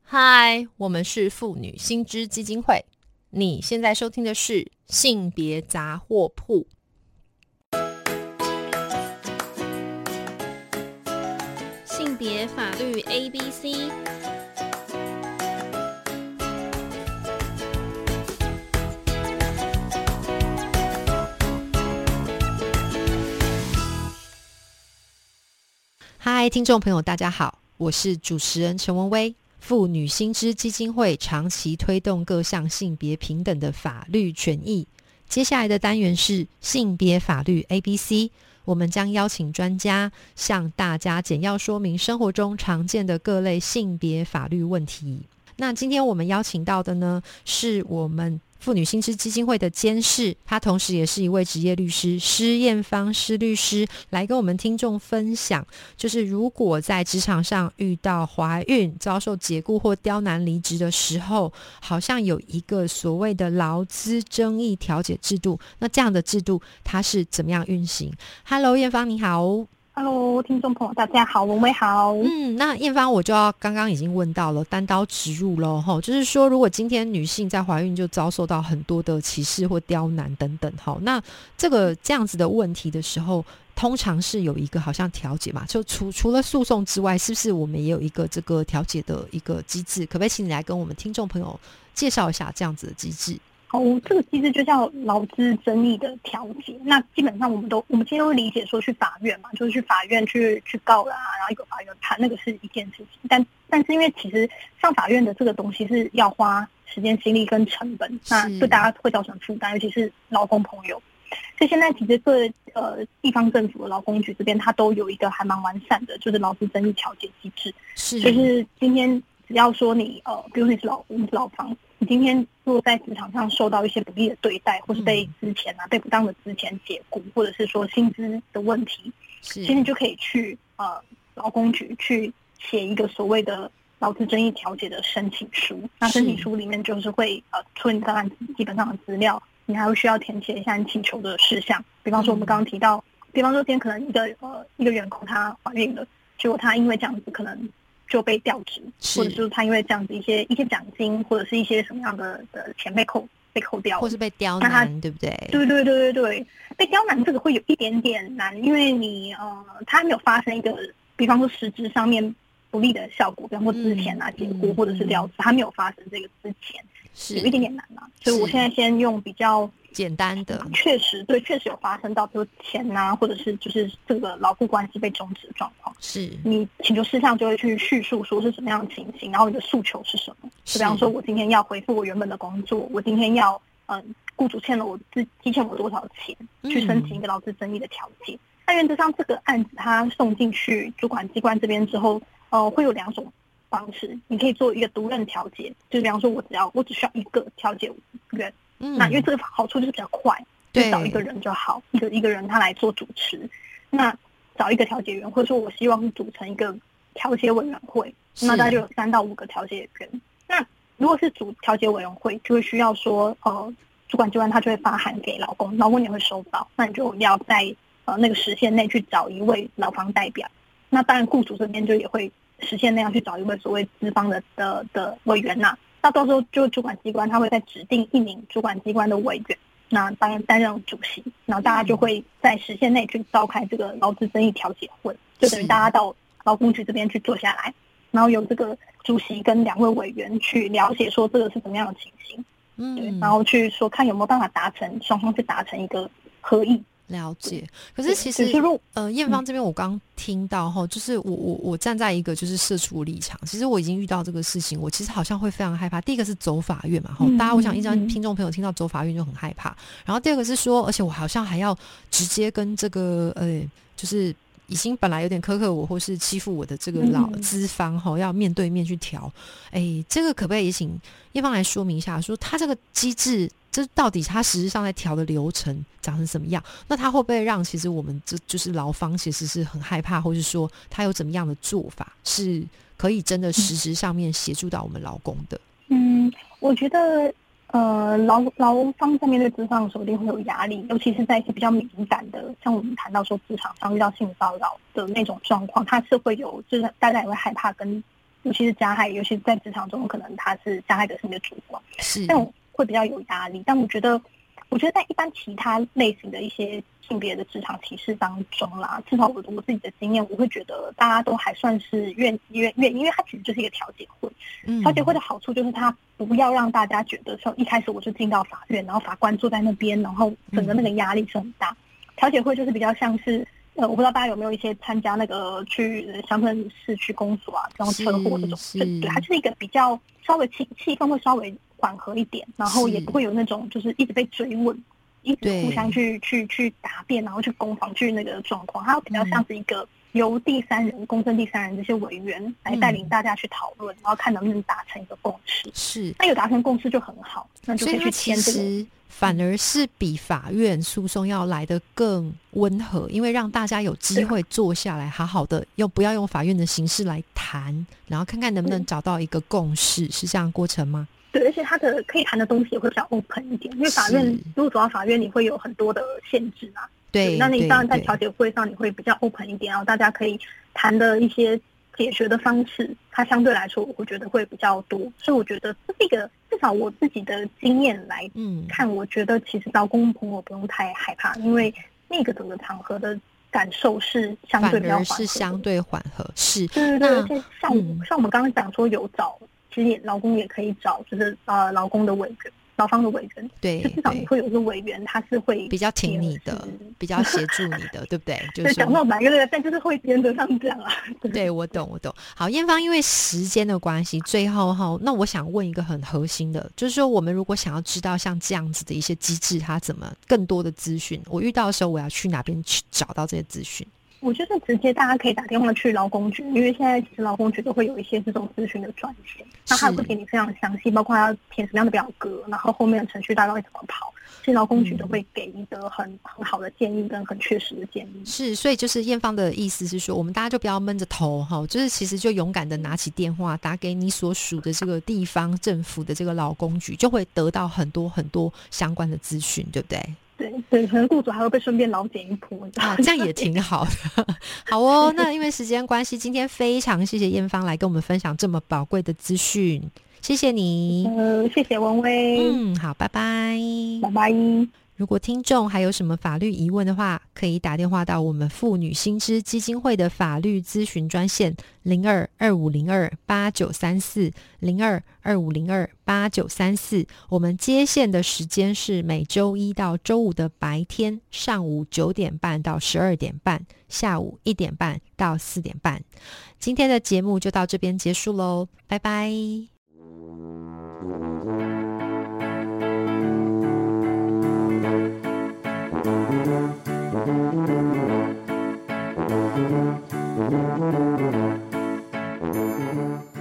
嗨，我们是妇女新知基金会。你现在收听的是性别杂货铺。 性别法律 ABC。 嗨，听众朋友大家好，我是主持人陈文威。妇女新知基金会长期推动各项性别平等的法律权益。接下来的单元是性别法律 ABC， 我们将邀请专家向大家简要说明生活中常见的各类性别法律问题。那今天我们邀请到的呢，是我们妇女新知基金会的监事，他同时也是一位职业律师施艳芳施律师，来跟我们听众分享，就是如果在职场上遇到怀孕、遭受解雇或刁难离职的时候，好像有一个所谓的劳资争议调解制度，那这样的制度它是怎么样运行？ Hello， 艳芳你好。 Hello， 听众朋友大家好，文威好。 那艳芳我就要刚刚已经问到了，单刀直入咯，就是说如果今天女性在怀孕就遭受到很多的歧视或刁难等等，那这样子的问题的时候，通常是有一个好像调解嘛，就除了诉讼之外，是不是我们也有一个这个调解的一个机制？可不可以请你来跟我们听众朋友介绍一下这样子的机制？ 这个机制就叫劳资争议的调解。那基本上我们今天都会理解说去法院嘛，就是去法院去告啦，然后一个法院判，那个是一件事情。但是因为其实上法院的这个东西是要花时间、精力跟成本，那对大家会造成负担，尤其是劳工朋友。所以现在其实各地方政府的劳工局这边，它都有一个还蛮完善的，就是劳资争议调解机制。就是今天只要说你比如说你是劳方，你今天如果在职场上受到一些不利的对待，或是被资遣被不当的资遣解雇，或者是说薪资的问题，其实你就可以去劳工局去写一个所谓的劳资争议调解的申请书。那申请书里面就是会除了你刚刚基本上的资料，你还会需要填写一下你请求的事项。比方说我们刚刚提到，比方说今天可能一个员工她怀孕了，结果她因为这样子可能就被调职，或者是他因为这样子一些奖金或者是一些什么样的钱被扣掉， 或是被刁难，对不对？ 对，被刁难这个会有一点点难，因为你他没有发生一个比方说实质上面不利的效果，比方说之前解雇或者是调职，他没有发生这个之前，有一点点难嘛。所以我现在先用比较简单的， 确实有发生到比如钱或者是就是这个劳雇关系被终止的状况，是你请求事项就会去叙述说是什么样的情形，然后你的诉求是什么。就比方说我今天要回复我原本的工作，我今天要雇主欠了我积欠我多少钱，去申请一个劳资争议的调解。那原则上这个案子它送进去主管机关这边之后，会有两种方式，你可以做一个独任调解，就比方说我只需要一个调解员。那因为这个好处就是比较快，就找一个人就好，一个人他来做主持。那找一个调解员，或者说我希望组成一个调解委员会，那大概就有3到5个调解员。那如果是组调解委员会，就会需要说主管机关他就会发函给劳工也会收到，那你就要在那个时限内去找一位劳方代表。那当然雇主这边就也会时限内要去找一位所谓资方的委员呐。那到时候就主管机关他会再指定1名主管机关的委员，那担任主席，然后大家就会在时限内去召开这个劳资争议调解会，就等于大家到劳工局这边去坐下来，然后由这个主席跟2位委员去了解说这个是怎么样的情形，对，然后去说看有没有办法双方去达成一个合意。 了解。可是其实艳芳这边我刚听到就是我站在一个就是社畜立场，其实我已经遇到这个事情，我其实好像会非常害怕。第一个是走法院嘛，大家我想一般听众朋友听到走法院就很害怕。然后第二个是说，而且我好像还要直接跟这个就是已经本来有点苛刻我或是欺负我的这个老资方要面对面去调。这个可不可以也请艳芳来说明一下，说他这个机制这到底他实质上在调的流程长成什么样？那他会不会让其实我们就是劳方其实是很害怕，或是说他有怎么样的做法是可以真的实质上面协助到我们劳工的？ 我觉得劳方在面对资方的时候一定会有压力，尤其是在一些比较敏感的，像我们谈到说职场上遇到性骚扰的那种状况，他是会有，就是大家也会害怕跟尤其是加害，尤其是在职场中，可能他是加害者是你的主管， 是这种会比较有压力。但我觉得在一般其他类型的一些性别的职场歧视当中啦，至少我自己的经验，我会觉得大家都还算是愿意，因为它其实就是一个调解会。调解会的好处就是它不要让大家觉得说一开始我就进到法院，然后法官坐在那边，然后整个那个压力是很大。调解会就是比较像是我不知道大家有没有一些参加那个去乡镇市区公所啊，然后车祸这种，对，它就是一个比较稍微气氛会稍微缓和一点，然后也不会有那种就是一直被追问，一直互相去答辩，然后去攻防去那个状况。它比较像是一个由第三人、公正第三人这些委员来带领大家去讨论，然后看能不能达成一个共识。 是， 那有达成共识就很好，那就可以去签这个。 反而是比法院诉讼要来得更温和，因为让大家有机会坐下来好好的，又不要用法院的形式来谈，然后看看能不能找到一个共识，是这样的过程吗？ 对，而且它的可以谈的东西也会比较 open 一点，因为法院如果走到法院，你会有很多的限制啊。 对， 那你当然在调解会上你会比较 open 一点，然后大家可以谈的一些解决的方式，它相对来说我觉得会比较多。所以我觉得这是一个至少我自己的经验来看，我觉得其实劳工朋友不用太害怕，因为那个整个场合的感受是相对比较缓和的， 反而是相对缓和。是， 对，而且像我们刚刚讲说有找，其实劳工也可以找，就是劳工的委员。劳方的委员，对，就至少你会有一个委员，他是会比较挺你的，比较协助你的，对不对？ 就是讲到哪个，但就是会原则上这样啊。 对，我懂。好，艳芳，因为时间的关系，最后那我想问一个很核心的，就是说，我们如果想要知道像这样子的一些机制，它怎么更多的资讯，我遇到的时候，我要去哪边去找到这些资讯？ 我觉得直接大家可以打电话去劳工局，因为现在其实劳工局都会有一些这种咨询的专线，那他会给你非常详细，包括要填什么样的表格，然后后面的程序大概会怎么跑，其实劳工局都会给一个很好的建议跟很确实的建议。 是，所以就是艳芳的意思是说，我们大家就不要闷着头哈，就是其实就勇敢的拿起电话打给你所属的这个地方政府的这个劳工局，就会得到很多很多相关的资讯，对不对？ 对，可能雇主还会被顺便劳检一波， 这样也挺好的。好哦，那因为时间关系，今天非常谢谢艳芳来跟我们分享这么宝贵的资讯，谢谢你。 谢谢文威。 好，拜拜。 拜拜。 如果听众还有什么法律疑问的话，可以打电话到我们妇女新知基金会的法律咨询专线02-2502-8934 02-2502-8934。我们接线的时间是每周一到周五的白天上午9点半到12点半，下午1点半到4点半。今天的节目就到这边结束咯，拜拜。Thank you.